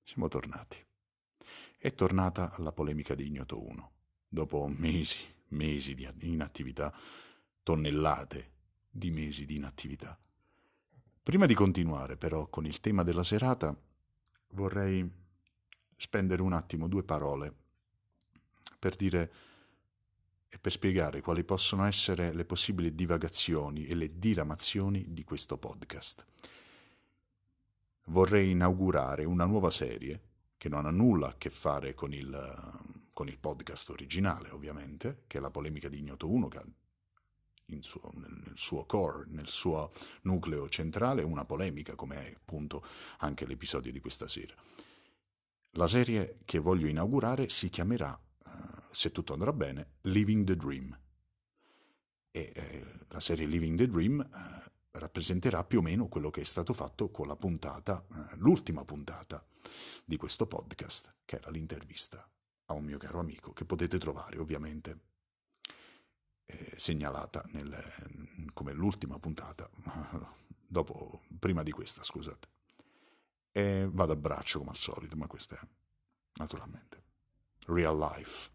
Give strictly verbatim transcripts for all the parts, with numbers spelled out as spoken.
Siamo tornati. È tornata la polemica di Ignoto uno. Dopo mesi, mesi di inattività, tonnellate di mesi di inattività. Prima di continuare però con il tema della serata, vorrei spendere un attimo due parole per dire e per spiegare quali possono essere le possibili divagazioni e le diramazioni di questo podcast. Vorrei inaugurare una nuova serie che non ha nulla a che fare con il, con il podcast originale, ovviamente, che è la polemica di Ignoto uno, che ha in suo, nel, nel suo core, nel suo nucleo centrale, una polemica, come è appunto anche l'episodio di questa sera. La serie che voglio inaugurare si chiamerà, uh, se tutto andrà bene, Living the Dream. E eh, la serie Living the Dream eh, rappresenterà più o meno quello che è stato fatto con la puntata, eh, l'ultima puntata di questo podcast, che era l'intervista a un mio caro amico, che potete trovare ovviamente eh, segnalata nel, come l'ultima puntata, dopo, prima di questa, scusate. E vado a braccio come al solito, ma questo è naturalmente real life.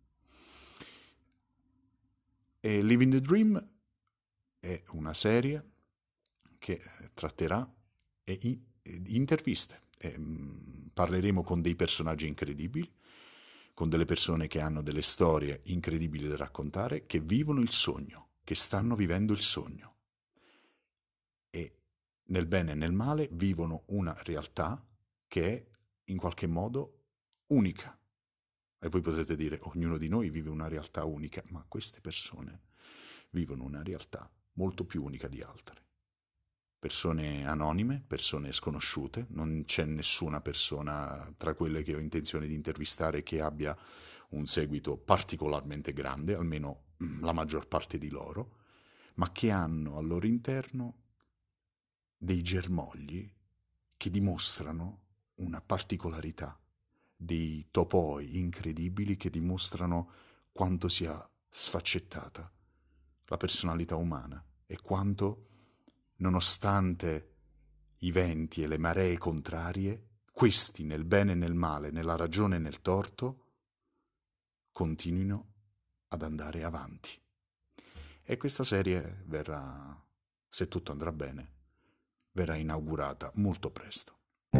E Living the Dream è una serie che tratterà e in, di interviste. E, mh, parleremo con dei personaggi incredibili, con delle persone che hanno delle storie incredibili da raccontare, che vivono il sogno, che stanno vivendo il sogno. E nel bene e nel male vivono una realtà che è in qualche modo unica. E voi potete dire, ognuno di noi vive una realtà unica, ma queste persone vivono una realtà molto più unica di altre. Persone anonime, persone sconosciute, non c'è nessuna persona tra quelle che ho intenzione di intervistare che abbia un seguito particolarmente grande, almeno la maggior parte di loro, ma che hanno al loro interno dei germogli che dimostrano una particolarità, dei topoi incredibili che dimostrano quanto sia sfaccettata la personalità umana e quanto, nonostante i venti e le maree contrarie, questi nel bene e nel male, nella ragione e nel torto, continuino ad andare avanti. E questa serie verrà, se tutto andrà bene, verrà inaugurata molto presto.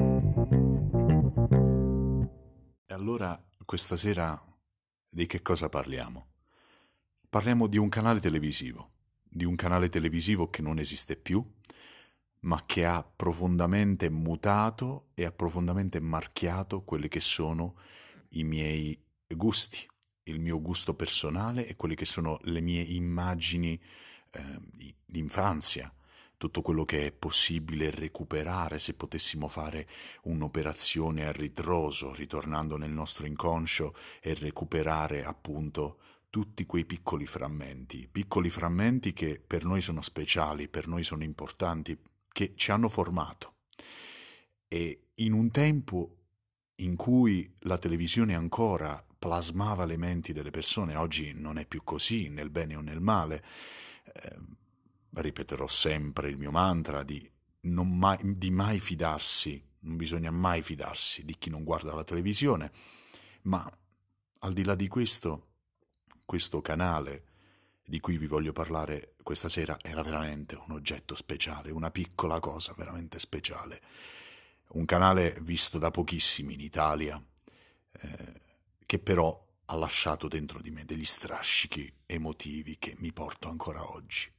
E allora, questa sera, di che cosa parliamo? Parliamo di un canale televisivo, di un canale televisivo che non esiste più, ma che ha profondamente mutato e ha profondamente marchiato quelli che sono i miei gusti, il mio gusto personale e quelle che sono le mie immagini eh, di, di infanzia, tutto quello che è possibile recuperare se potessimo fare un'operazione a ritroso, ritornando nel nostro inconscio e recuperare appunto tutti quei piccoli frammenti, piccoli frammenti che per noi sono speciali, per noi sono importanti, che ci hanno formato. E in un tempo in cui la televisione ancora plasmava le menti delle persone, oggi non è più così, nel bene o nel male, eh, ripeterò sempre il mio mantra di, non mai, di mai fidarsi, non bisogna mai fidarsi di chi non guarda la televisione, ma al di là di questo, questo canale di cui vi voglio parlare questa sera era veramente un oggetto speciale, una piccola cosa veramente speciale. Un canale visto da pochissimi in Italia, eh, che però ha lasciato dentro di me degli strascichi emotivi che mi porto ancora oggi.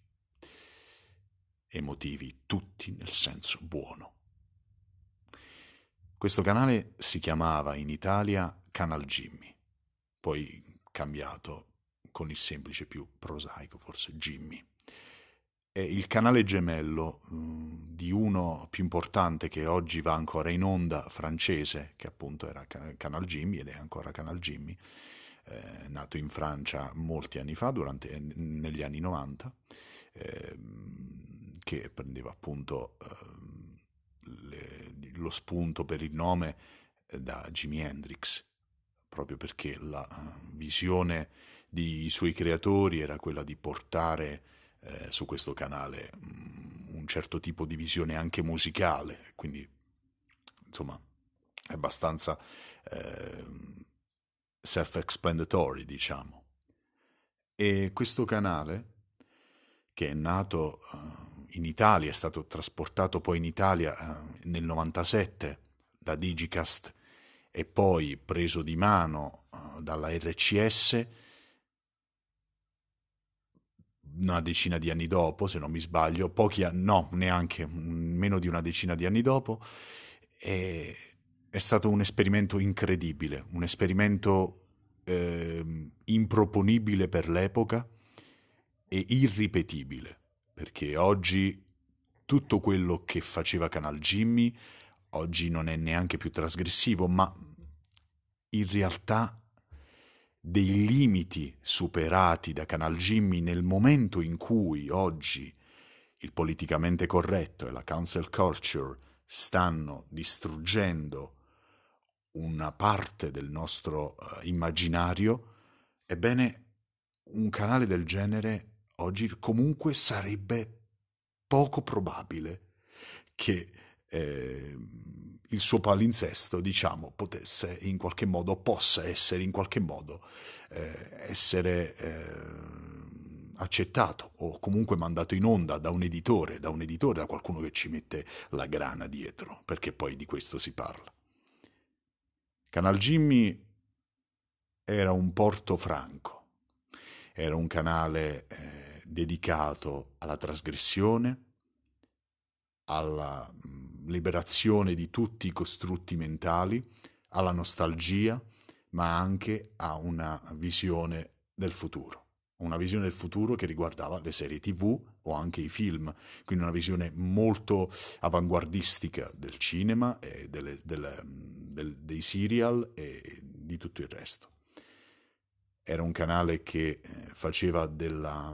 Emotivi tutti nel senso buono. Questo canale si chiamava in Italia Canal Jimmy, poi cambiato con il semplice più prosaico, forse Jimmy. È il canale gemello mh, di uno più importante che oggi va ancora in onda, francese, che appunto era Canal Jimmy ed è ancora Canal Jimmy, eh, nato in Francia molti anni fa, durante, negli anni novanta, eh, che prendeva appunto eh, le, lo spunto per il nome da Jimi Hendrix, proprio perché la visione dei suoi creatori era quella di portare eh, su questo canale um, un certo tipo di visione anche musicale, quindi insomma è abbastanza eh, self-explanatory, diciamo. E questo canale, che è nato uh, in Italia, è stato trasportato poi in Italia uh, nel novantasette da Digicast e poi preso di mano uh, dalla R C S una decina di anni dopo, se non mi sbaglio, pochi anni, no, neanche meno di una decina di anni dopo, e è stato un esperimento incredibile, un esperimento eh, improponibile per l'epoca e irripetibile, perché oggi tutto quello che faceva Canal Jimmy oggi non è neanche più trasgressivo, ma in realtà dei limiti superati da Canal Jimmy nel momento in cui oggi il politicamente corretto e la cancel culture stanno distruggendo una parte del nostro uh, immaginario, ebbene un canale del genere oggi comunque sarebbe poco probabile che eh, il suo palinsesto, diciamo, potesse in qualche modo, possa essere in qualche modo eh, essere eh, accettato o comunque mandato in onda da un editore, da un editore, da qualcuno che ci mette la grana dietro, perché poi di questo si parla. Canal Jimmy era un porto franco, era un canale eh, dedicato alla trasgressione, alla liberazione di tutti i costrutti mentali, alla nostalgia, ma anche a una visione del futuro. Una visione del futuro che riguardava le serie tivù o anche i film, quindi una visione molto avanguardistica del cinema, e delle, delle, del, dei serial e di tutto il resto. Era un canale che faceva della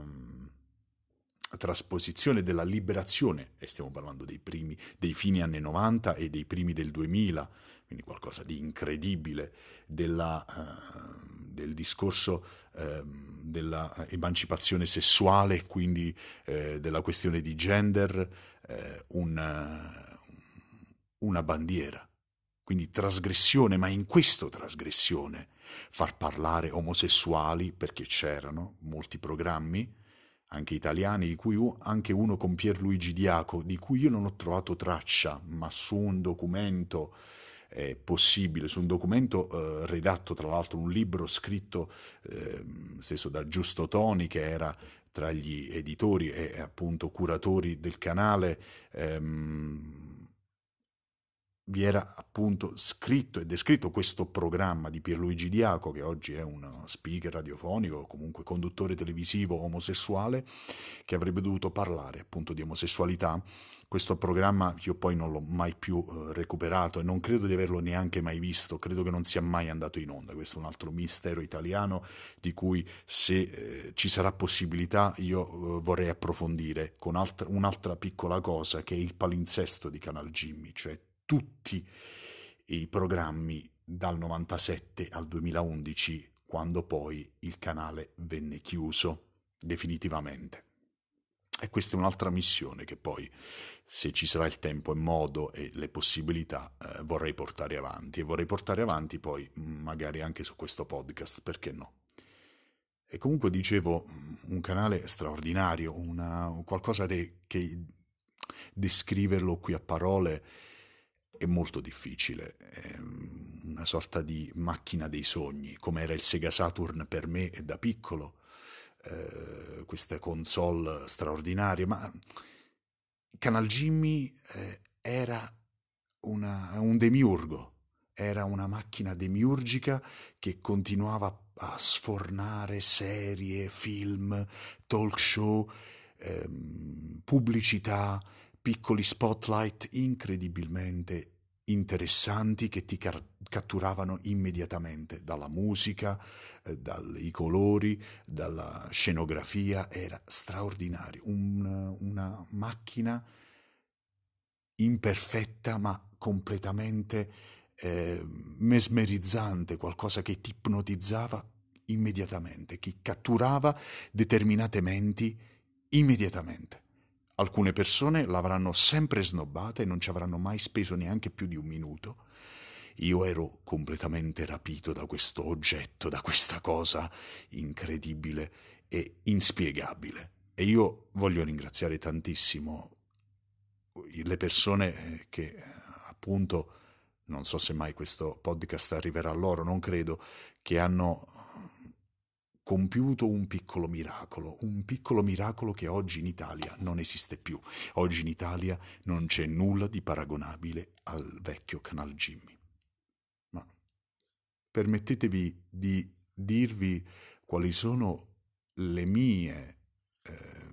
trasposizione della liberazione, e stiamo parlando dei primi, dei fini anni novanta e dei primi del duemila, quindi qualcosa di incredibile, della, uh, del discorso uh, della emancipazione sessuale, quindi uh, della questione di gender, uh, un, uh, una bandiera. Quindi trasgressione, ma in questo trasgressione far parlare omosessuali, perché c'erano molti programmi, anche italiani, di cui anche uno con Pierluigi Diaco, di cui io non ho trovato traccia, ma su un documento eh, possibile, su un documento eh, redatto tra l'altro, un libro scritto eh, stesso da Giusto Toni, che era tra gli editori e appunto curatori del canale, ehm, vi era appunto scritto e descritto questo programma di Pierluigi Diaco, che oggi è uno speaker radiofonico o comunque conduttore televisivo omosessuale, che avrebbe dovuto parlare appunto di omosessualità. Questo programma io poi non l'ho mai più eh, recuperato e non credo di averlo neanche mai visto, credo che non sia mai andato in onda. Questo è un altro mistero italiano di cui, se eh, ci sarà possibilità, io eh, vorrei approfondire con altra, un'altra piccola cosa, che è il palinsesto di Canal Jimmy, cioè tutti i programmi dal novantasette al duemilaundici, quando poi il canale venne chiuso definitivamente. E questa è un'altra missione che poi, se ci sarà il tempo e modo e le possibilità, eh, vorrei portare avanti. E vorrei portare avanti poi magari anche su questo podcast, perché no? E comunque dicevo, un canale straordinario, una, qualcosa de, che descriverlo qui a parole è molto difficile, è una sorta di macchina dei sogni, come era il Sega Saturn per me da piccolo, eh, queste console straordinarie, ma Canal Jimmy eh, era una, un demiurgo, era una macchina demiurgica che continuava a sfornare serie, film, talk show, ehm, pubblicità, piccoli spotlight incredibilmente interessanti che ti car- catturavano immediatamente dalla musica, eh, dai colori, dalla scenografia. Era straordinario, un, una macchina imperfetta ma completamente eh, mesmerizzante, qualcosa che ti ipnotizzava immediatamente, che catturava determinate menti immediatamente. Alcune persone l'avranno sempre snobbata e non ci avranno mai speso neanche più di un minuto. io ero completamente rapito da questo oggetto, da questa cosa incredibile e inspiegabile. E io voglio ringraziare tantissimo le persone eh, che eh, appunto, non so se mai questo podcast arriverà a loro, non credo, che hanno compiuto un piccolo miracolo, un piccolo miracolo che oggi in Italia non esiste più. Oggi in Italia non c'è nulla di paragonabile al vecchio Canal Jimmy. Ma permettetevi di dirvi quali sono le mie, eh,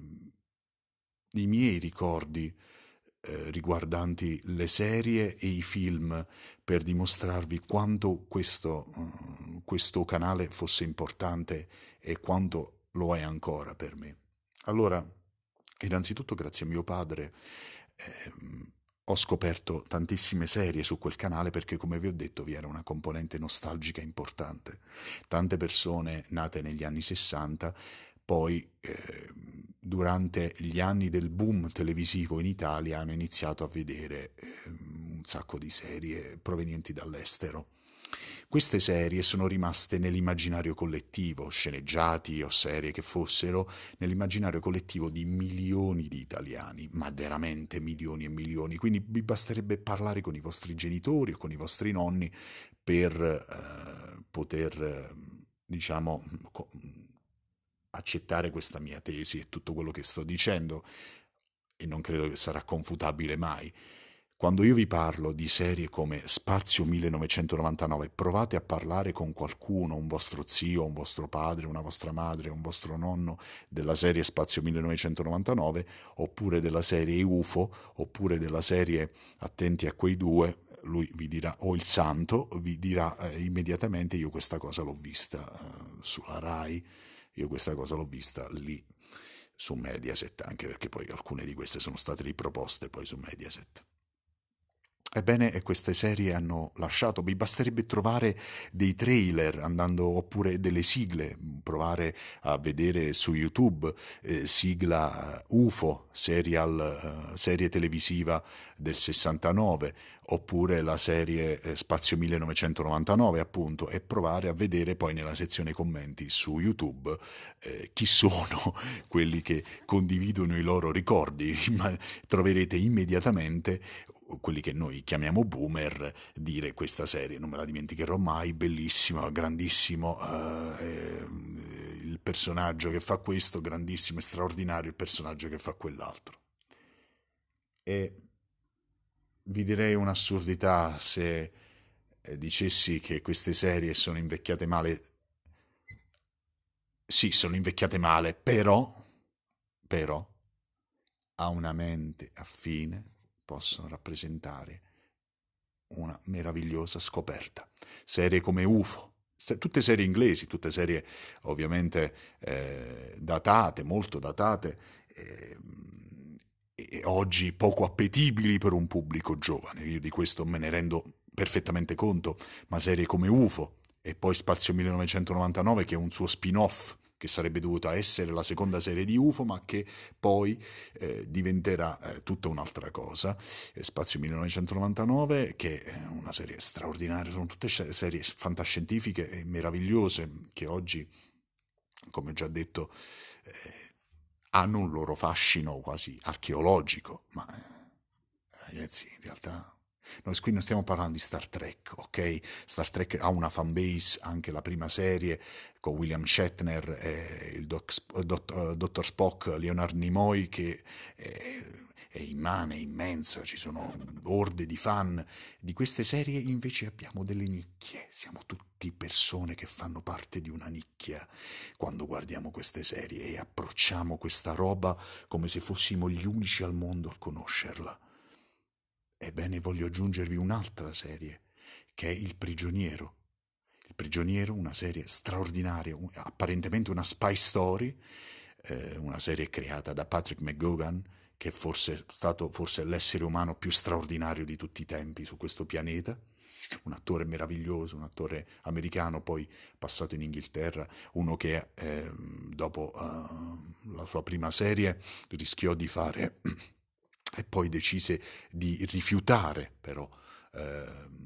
i miei ricordi eh, riguardanti le serie e i film per dimostrarvi quanto questo, uh, questo canale fosse importante e quanto lo è ancora per me. Allora, innanzitutto grazie a mio padre ehm, ho scoperto tantissime serie su quel canale perché, come vi ho detto, vi era una componente nostalgica importante. Tante persone nate negli anni sessanta poi eh, durante gli anni del boom televisivo in Italia hanno iniziato a vedere eh, un sacco di serie provenienti dall'estero. Queste serie sono rimaste nell'immaginario collettivo, sceneggiati o serie che fossero, nell'immaginario collettivo di milioni di italiani, ma veramente milioni e milioni. Quindi vi basterebbe parlare con i vostri genitori o con i vostri nonni per eh, poter, eh, diciamo, co- accettare questa mia tesi e tutto quello che sto dicendo, e non credo che sarà confutabile mai. Quando io vi parlo di serie come Spazio millenovecentonovantanove, provate a parlare con qualcuno, un vostro zio, un vostro padre, una vostra madre, un vostro nonno, della serie Spazio millenovecentonovantanove, oppure della serie U F O, oppure della serie Attenti a quei due, lui vi dirà, o il Santo, vi dirà eh, immediatamente: io questa cosa l'ho vista eh, sulla Rai, io questa cosa l'ho vista lì su Mediaset, anche perché poi alcune di queste sono state riproposte poi su Mediaset. Ebbene, queste serie hanno lasciato, vi basterebbe trovare dei trailer andando, oppure delle sigle, provare a vedere su YouTube eh, sigla U F O, serial, eh, serie televisiva del sessantanove, oppure la serie eh, Spazio millenovecentonovantanove appunto, e provare a vedere poi nella sezione commenti su YouTube eh, chi sono quelli che condividono i loro ricordi. Ma troverete immediatamente quelli che noi chiamiamo boomer dire: questa serie non me la dimenticherò mai, bellissima, grandissimo eh, il personaggio che fa questo, grandissimo e straordinario il personaggio che fa quell'altro. E vi direi un'assurdità se eh, dicessi che queste serie sono invecchiate male. Sì, sono invecchiate male, però, però a una mente affine possono rappresentare una meravigliosa scoperta. Serie come U F O, tutte serie inglesi, tutte serie ovviamente eh, datate, molto datate, eh, e oggi poco appetibili per un pubblico giovane. Io di questo me ne rendo perfettamente conto, ma serie come U F O e poi Spazio millenovecentonovantanove, che è un suo spin-off, che sarebbe dovuta essere la seconda serie di U F O, ma che poi eh, diventerà eh, tutta un'altra cosa. Spazio millenovecentonovantanove, che è una serie straordinaria, sono tutte serie fantascientifiche e meravigliose che oggi, come ho già detto, eh, hanno un loro fascino quasi archeologico, ma eh, ragazzi, in realtà noi qui non stiamo parlando di Star Trek, ok? Star Trek ha una fanbase, anche la prima serie con William Shatner, e il doc, dott, dottor Spock, Leonard Nimoy, che è, è immane, immensa, ci sono orde di fan. Di queste serie invece abbiamo delle nicchie, siamo tutti persone che fanno parte di una nicchia quando guardiamo queste serie e approcciamo questa roba come se fossimo gli unici al mondo a conoscerla. Ebbene, voglio aggiungervi un'altra serie, che è Il Prigioniero. Il Prigioniero, una serie straordinaria, un- apparentemente una spy story, eh, una serie creata da Patrick McGowan, che è forse stato forse l'essere umano più straordinario di tutti i tempi su questo pianeta. Un attore meraviglioso, un attore americano, poi passato in Inghilterra, uno che eh, dopo uh, la sua prima serie rischiò di fare e poi decise di rifiutare però eh,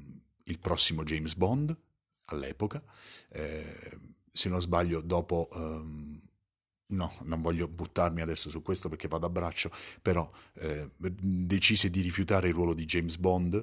il prossimo James Bond all'epoca, eh, se non sbaglio dopo... ehm, no, non voglio buttarmi adesso su questo perché vado a braccio, però eh, decise di rifiutare il ruolo di James Bond,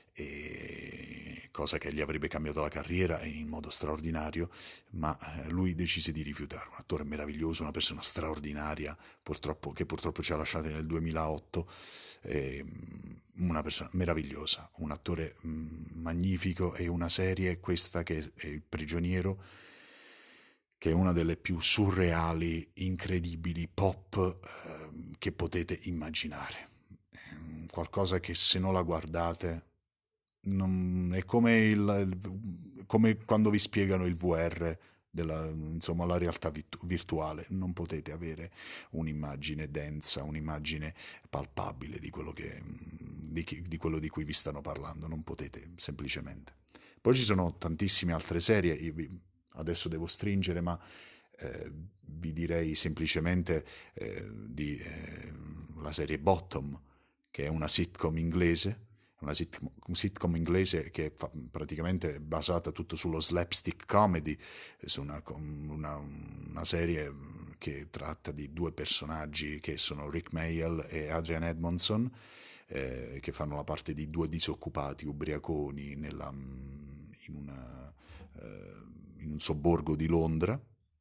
e- cosa che gli avrebbe cambiato la carriera in modo straordinario, ma eh, lui decise di rifiutare. Un attore meraviglioso, una persona straordinaria, purtroppo, che purtroppo ci ha lasciati nel duemilaotto, eh, una persona meravigliosa, un attore mm, magnifico, e una serie questa che è Il Prigioniero, che è una delle più surreali, incredibili pop eh, che potete immaginare. È un qualcosa che se non la guardate non- è come, il, il- come quando vi spiegano il V R, della, insomma la realtà virtu- virtuale, non potete avere un'immagine densa, un'immagine palpabile di quello, che, di, chi- di quello di cui vi stanno parlando, non potete semplicemente. Poi ci sono tantissime altre serie, io vi- adesso devo stringere, ma eh, vi direi semplicemente eh, di eh, la serie Bottom, che è una sitcom inglese, una sitcom, un sitcom inglese che è fa- praticamente basata tutto sullo slapstick comedy, su una, una, una serie che tratta di due personaggi che sono Rick Mayall e Adrian Edmondson, eh, che fanno la parte di due disoccupati ubriaconi nella, in, una, eh, in un sobborgo di Londra,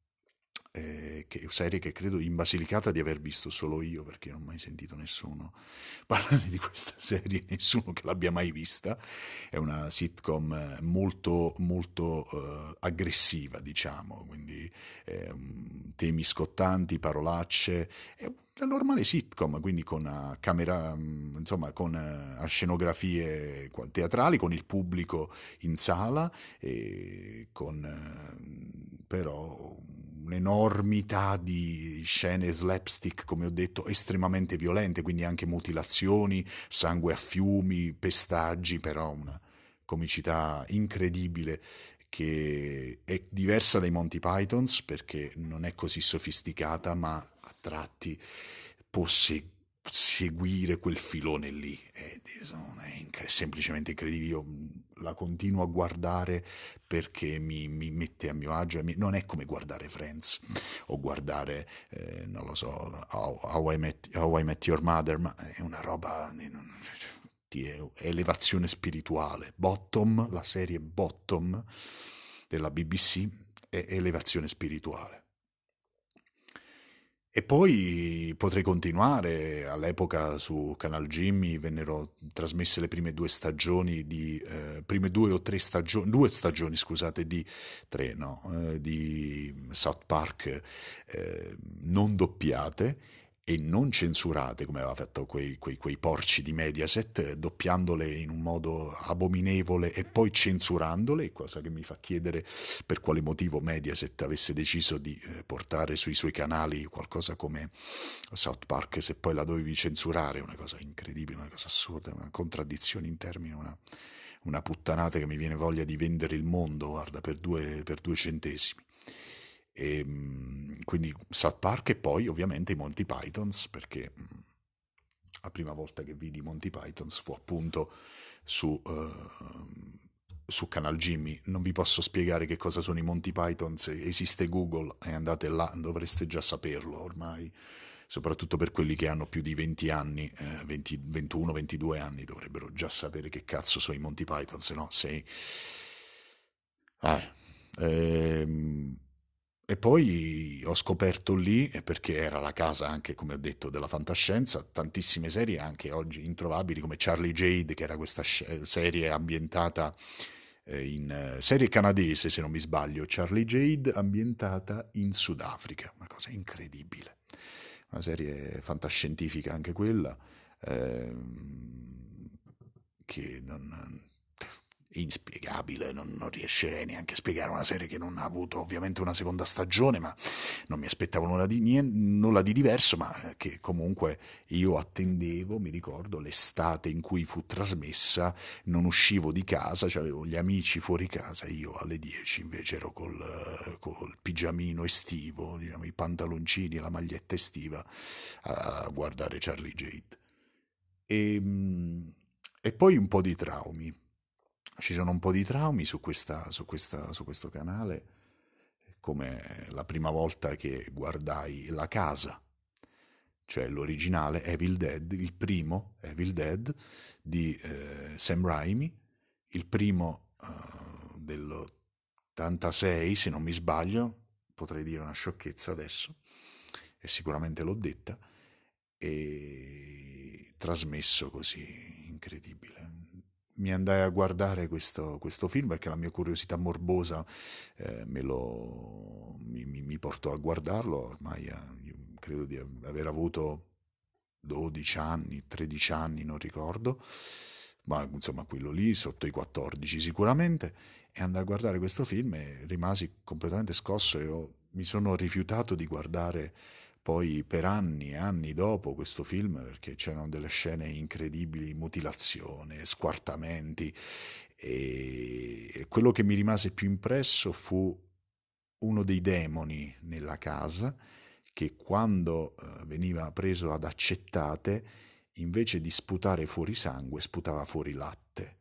eh, che, serie che credo in Basilicata di aver visto solo io, perché non ho mai sentito nessuno parlare di questa serie, nessuno che l'abbia mai vista. È una sitcom eh, molto, molto eh, aggressiva, diciamo, quindi eh, temi scottanti, parolacce, è una normale sitcom, quindi con uh, camera, mm, insomma, con uh, scenografie qua- teatrali, con il pubblico in sala, e con eh, però un'enormità di scene slapstick, come ho detto, estremamente violente, quindi anche mutilazioni, sangue a fiumi, pestaggi, però una comicità incredibile, che è diversa dai Monty Pythons perché non è così sofisticata, ma a tratti può se- seguire quel filone lì. È, è inc- semplicemente incredibile. Io la continuo a guardare perché mi, mi mette a mio agio. Mi- non è come guardare Friends o guardare, eh, non lo so, How, How I Met, How I Met Your Mother, ma è una roba di di elevazione spirituale. Bottom, la serie Bottom della B B C, è elevazione spirituale. E poi potrei continuare, all'epoca su Canal Jimmy vennero trasmesse le prime due stagioni di, eh, prime due o tre stagioni, due stagioni scusate, di, tre no, eh, di South Park, eh, non doppiate e non censurate come aveva fatto quei, quei, quei porci di Mediaset, eh, doppiandole in un modo abominevole e poi censurandole, cosa che mi fa chiedere per quale motivo Mediaset avesse deciso di eh, portare sui suoi canali qualcosa come South Park, se poi la dovevi censurare. Una cosa incredibile, una cosa assurda, una contraddizione in termini, una, una puttanata che mi viene voglia di vendere il mondo, guarda, per due, per due centesimi. E, quindi South Park, e poi ovviamente i Monty Pythons, perché la prima volta che vidi Monty Pythons fu appunto su, uh, su Canal Jimmy. Non vi posso spiegare che cosa sono i Monty Pythons, esiste Google e andate là, dovreste già saperlo ormai, soprattutto per quelli che hanno più di venti anni, eh, venti, ventuno ventidue anni, dovrebbero già sapere che cazzo sono i Monty Python, se no sei... Eh, ehm, e poi ho scoperto lì, eh, perché era la casa anche, come ho detto, della fantascienza, tantissime serie anche oggi introvabili, come Charlie Jade, che era questa sc- serie ambientata eh, in eh, serie canadese, se non mi sbaglio, Charlie Jade ambientata in Sudafrica, una cosa incredibile. Una serie fantascientifica anche quella, ehm, che non, è inspiegabile, non, non riuscirei neanche a spiegare una serie che non ha avuto ovviamente una seconda stagione, ma non mi aspettavo nulla di, nien- nulla di diverso, ma che comunque io attendevo, mi ricordo, l'estate in cui fu trasmessa, non uscivo di casa, cioè avevo gli amici fuori casa, io alle dieci invece ero col, eh, col pigiamino estivo, diciamo, i pantaloncini e la maglietta estiva a guardare Charlie Jade. E, mm, e poi un po' di traumi. ci sono un po' di traumi su questa, su questa, su questo canale, come la prima volta che guardai La Casa, cioè l'originale Evil Dead, il primo Evil Dead di eh, Sam Raimi, il primo eh, dell'ottantasei, se non mi sbaglio, potrei dire una sciocchezza adesso, e sicuramente l'ho detta, e trasmesso così, incredibile. Mi andai a guardare questo, questo film perché la mia curiosità morbosa eh, me lo, mi, mi- mi portò a guardarlo. Ormai eh, io credo di aver avuto dodici anni, tredici anni, non ricordo, ma insomma quello lì sotto i quattordici sicuramente, e andai a guardare questo film e rimasi completamente scosso e ho- mi sono rifiutato di guardare poi per anni e anni dopo questo film perché c'erano delle scene incredibili, mutilazione, squartamenti, e quello che mi rimase più impresso fu uno dei demoni nella casa che quando eh, veniva preso ad accettate, invece di sputare fuori sangue, sputava fuori latte.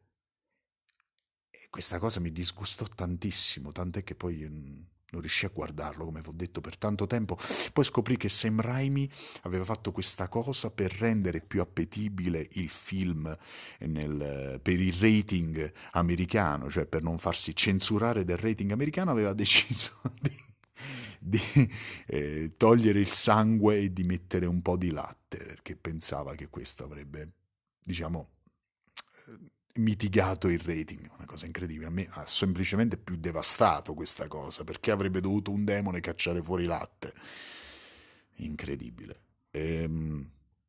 E questa cosa mi disgustò tantissimo, tant'è che poi mm, non riuscii a guardarlo, come vi ho detto, per tanto tempo. Poi scoprì che Sam Raimi aveva fatto questa cosa per rendere più appetibile il film nel- per il rating americano, cioè per non farsi censurare del rating americano, aveva deciso di, di, eh, togliere il sangue e di mettere un po' di latte, perché pensava che questo avrebbe, diciamo, eh, mitigato il rating. Una cosa incredibile. A me ha semplicemente più devastato questa cosa, perché avrebbe dovuto un demone cacciare fuori latte. Incredibile. Ehm,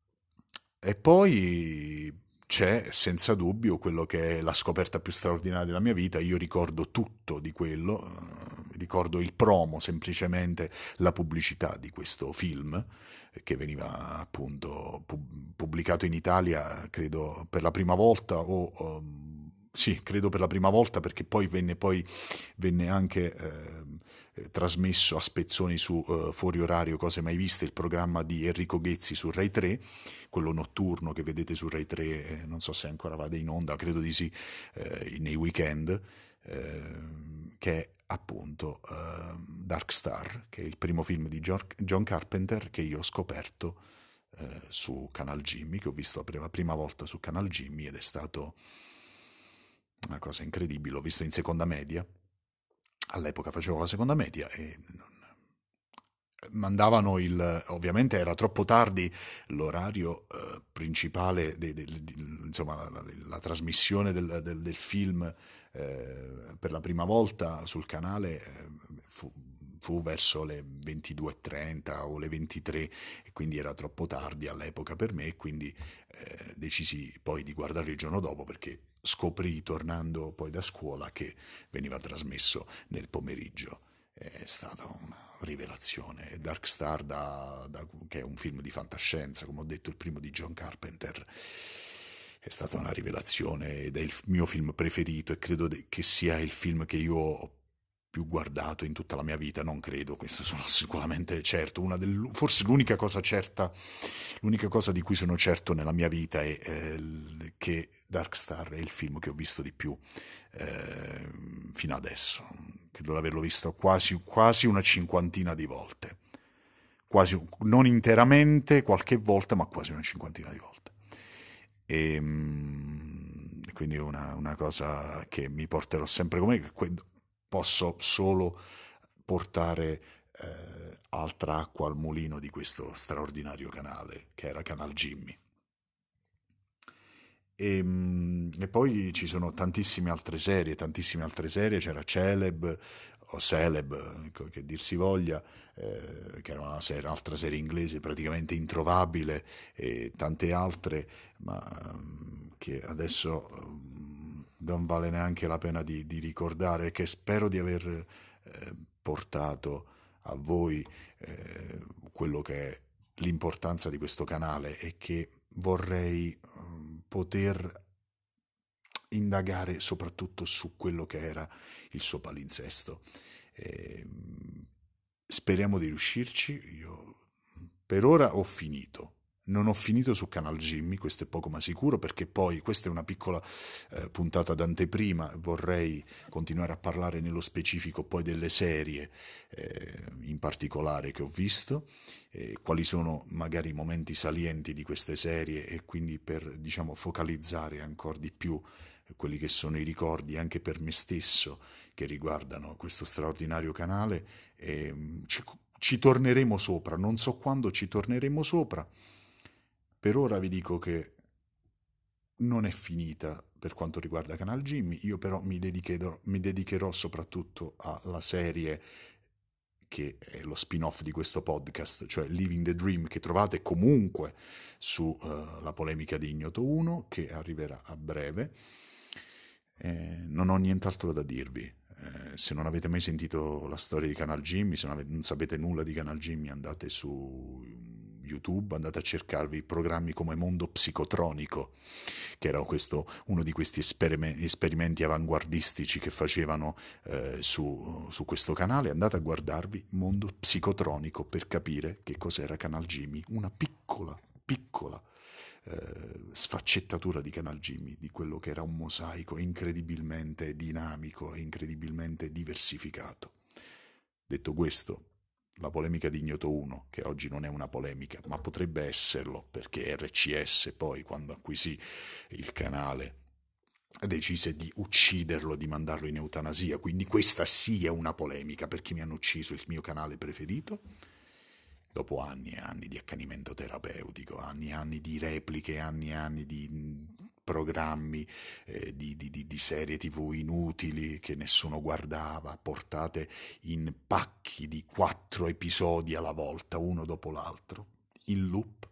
e poi c'è senza dubbio quello che è la scoperta più straordinaria della mia vita. Io ricordo tutto di quello, eh, ricordo il promo, semplicemente la pubblicità di questo film eh, che veniva appunto pub- pubblicato in Italia, credo per la prima volta o um, sì, credo per la prima volta perché poi venne, poi, venne anche ehm, eh, trasmesso a spezzoni su eh, Fuori Orario, Cose Mai Viste, il programma di Enrico Ghezzi su Rai tre, quello notturno che vedete su Rai tre, eh, non so se ancora vada in onda, credo di sì, eh, nei weekend, eh, che è appunto eh, Dark Star, che è il primo film di John Carpenter che io ho scoperto eh, su Canal Jimmy, che ho visto per la prima volta su Canal Jimmy ed è stato una cosa incredibile. L'ho visto in seconda media, all'epoca facevo la seconda media e non- mandavano il, ovviamente era troppo tardi l'orario eh, principale, de- de- di- insomma la, la- la trasmissione del, del- del film eh, per la prima volta sul canale eh, fu, fu verso le ventidue e trenta o le ventitré e quindi era troppo tardi all'epoca per me e quindi eh, decisi poi di guardarlo il giorno dopo perché scoprì tornando poi da scuola che veniva trasmesso nel pomeriggio. È stata una rivelazione. Dark Star, da, da- che è un film di fantascienza, come ho detto, il primo di John Carpenter, è stata una rivelazione ed è il mio film preferito e credo de- che sia il film che io ho più guardato in tutta la mia vita, non credo, questo sono sicuramente certo, una del, forse l'unica cosa certa, l'unica cosa di cui sono certo nella mia vita è eh, che Dark Star è il film che ho visto di più eh, fino adesso. Credo di averlo visto quasi, quasi una cinquantina di volte. Quasi, non interamente qualche volta, ma quasi una cinquantina di volte. E, mm, quindi è una, una cosa che mi porterò sempre con me, che posso solo portare eh, altra acqua al mulino di questo straordinario canale, che era Canal Jimmy. E, mm, e poi ci sono tantissime altre serie, tantissime altre serie, c'era Celeb o Celeb, ecco, che dir si voglia, eh, che era una serie, un'altra serie inglese praticamente introvabile e tante altre, ma mm, che adesso mm, non vale neanche la pena di, di ricordare, che spero di aver eh, portato a voi eh, quello che è l'importanza di questo canale e che vorrei um, poter indagare soprattutto su quello che era il suo palinsesto. E, speriamo di riuscirci. Io per ora ho finito. Non ho finito su Canal Jimmy, questo è poco ma sicuro, perché poi questa è una piccola eh, puntata d'anteprima, vorrei continuare a parlare nello specifico poi delle serie eh, in particolare che ho visto, eh, quali sono magari i momenti salienti di queste serie e quindi per, diciamo, focalizzare ancora di più quelli che sono i ricordi anche per me stesso che riguardano questo straordinario canale. E, mm, ci, ci torneremo sopra, non so quando ci torneremo sopra. Per ora vi dico che non è finita per quanto riguarda Canal Jimmy, io però mi dedicherò, mi dedicherò soprattutto alla serie che è lo spin-off di questo podcast, cioè Living the Dream, che trovate comunque sulla uh, polemica di Ignoto uno, che arriverà a breve. Eh, non ho nient'altro da dirvi. Eh, se non avete mai sentito la storia di Canal Jimmy, se non, avete, non sapete nulla di Canal Jimmy, andate su YouTube, andate a cercarvi programmi come Mondo Psicotronico, che era questo, uno di questi esperime- esperimenti avanguardistici che facevano eh, su, su questo canale. Andate a guardarvi Mondo Psicotronico per capire che cos'era Canal Jimmy, una piccola, piccola eh, sfaccettatura di Canal Jimmy, di quello che era un mosaico incredibilmente dinamico e incredibilmente diversificato. Detto questo, la polemica di Ignoto uno, che oggi non è una polemica, ma potrebbe esserlo, perché R C S poi, quando acquisì il canale, decise di ucciderlo, di mandarlo in eutanasia, quindi questa sì è una polemica, perché mi hanno ucciso il mio canale preferito. Dopo anni e anni di accanimento terapeutico, anni e anni di repliche, anni e anni di programmi, eh, di, di, di, di serie tivù inutili che nessuno guardava, portate in pacchi di quattro episodi alla volta, uno dopo l'altro, in loop,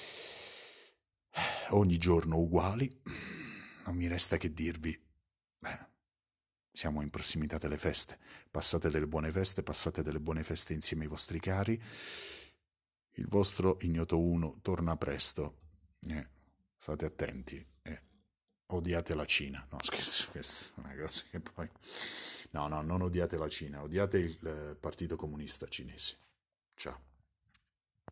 ogni giorno uguali. Non mi resta che dirvi, beh, siamo in prossimità delle feste, passate delle buone feste, passate delle buone feste insieme ai vostri cari. Il vostro Ignoto uno torna presto. Eh, state attenti. Eh, odiate la Cina. No, scherzo, questa è una cosa che poi... No, no, non odiate la Cina, odiate il eh, Partito Comunista Cinese. Ciao.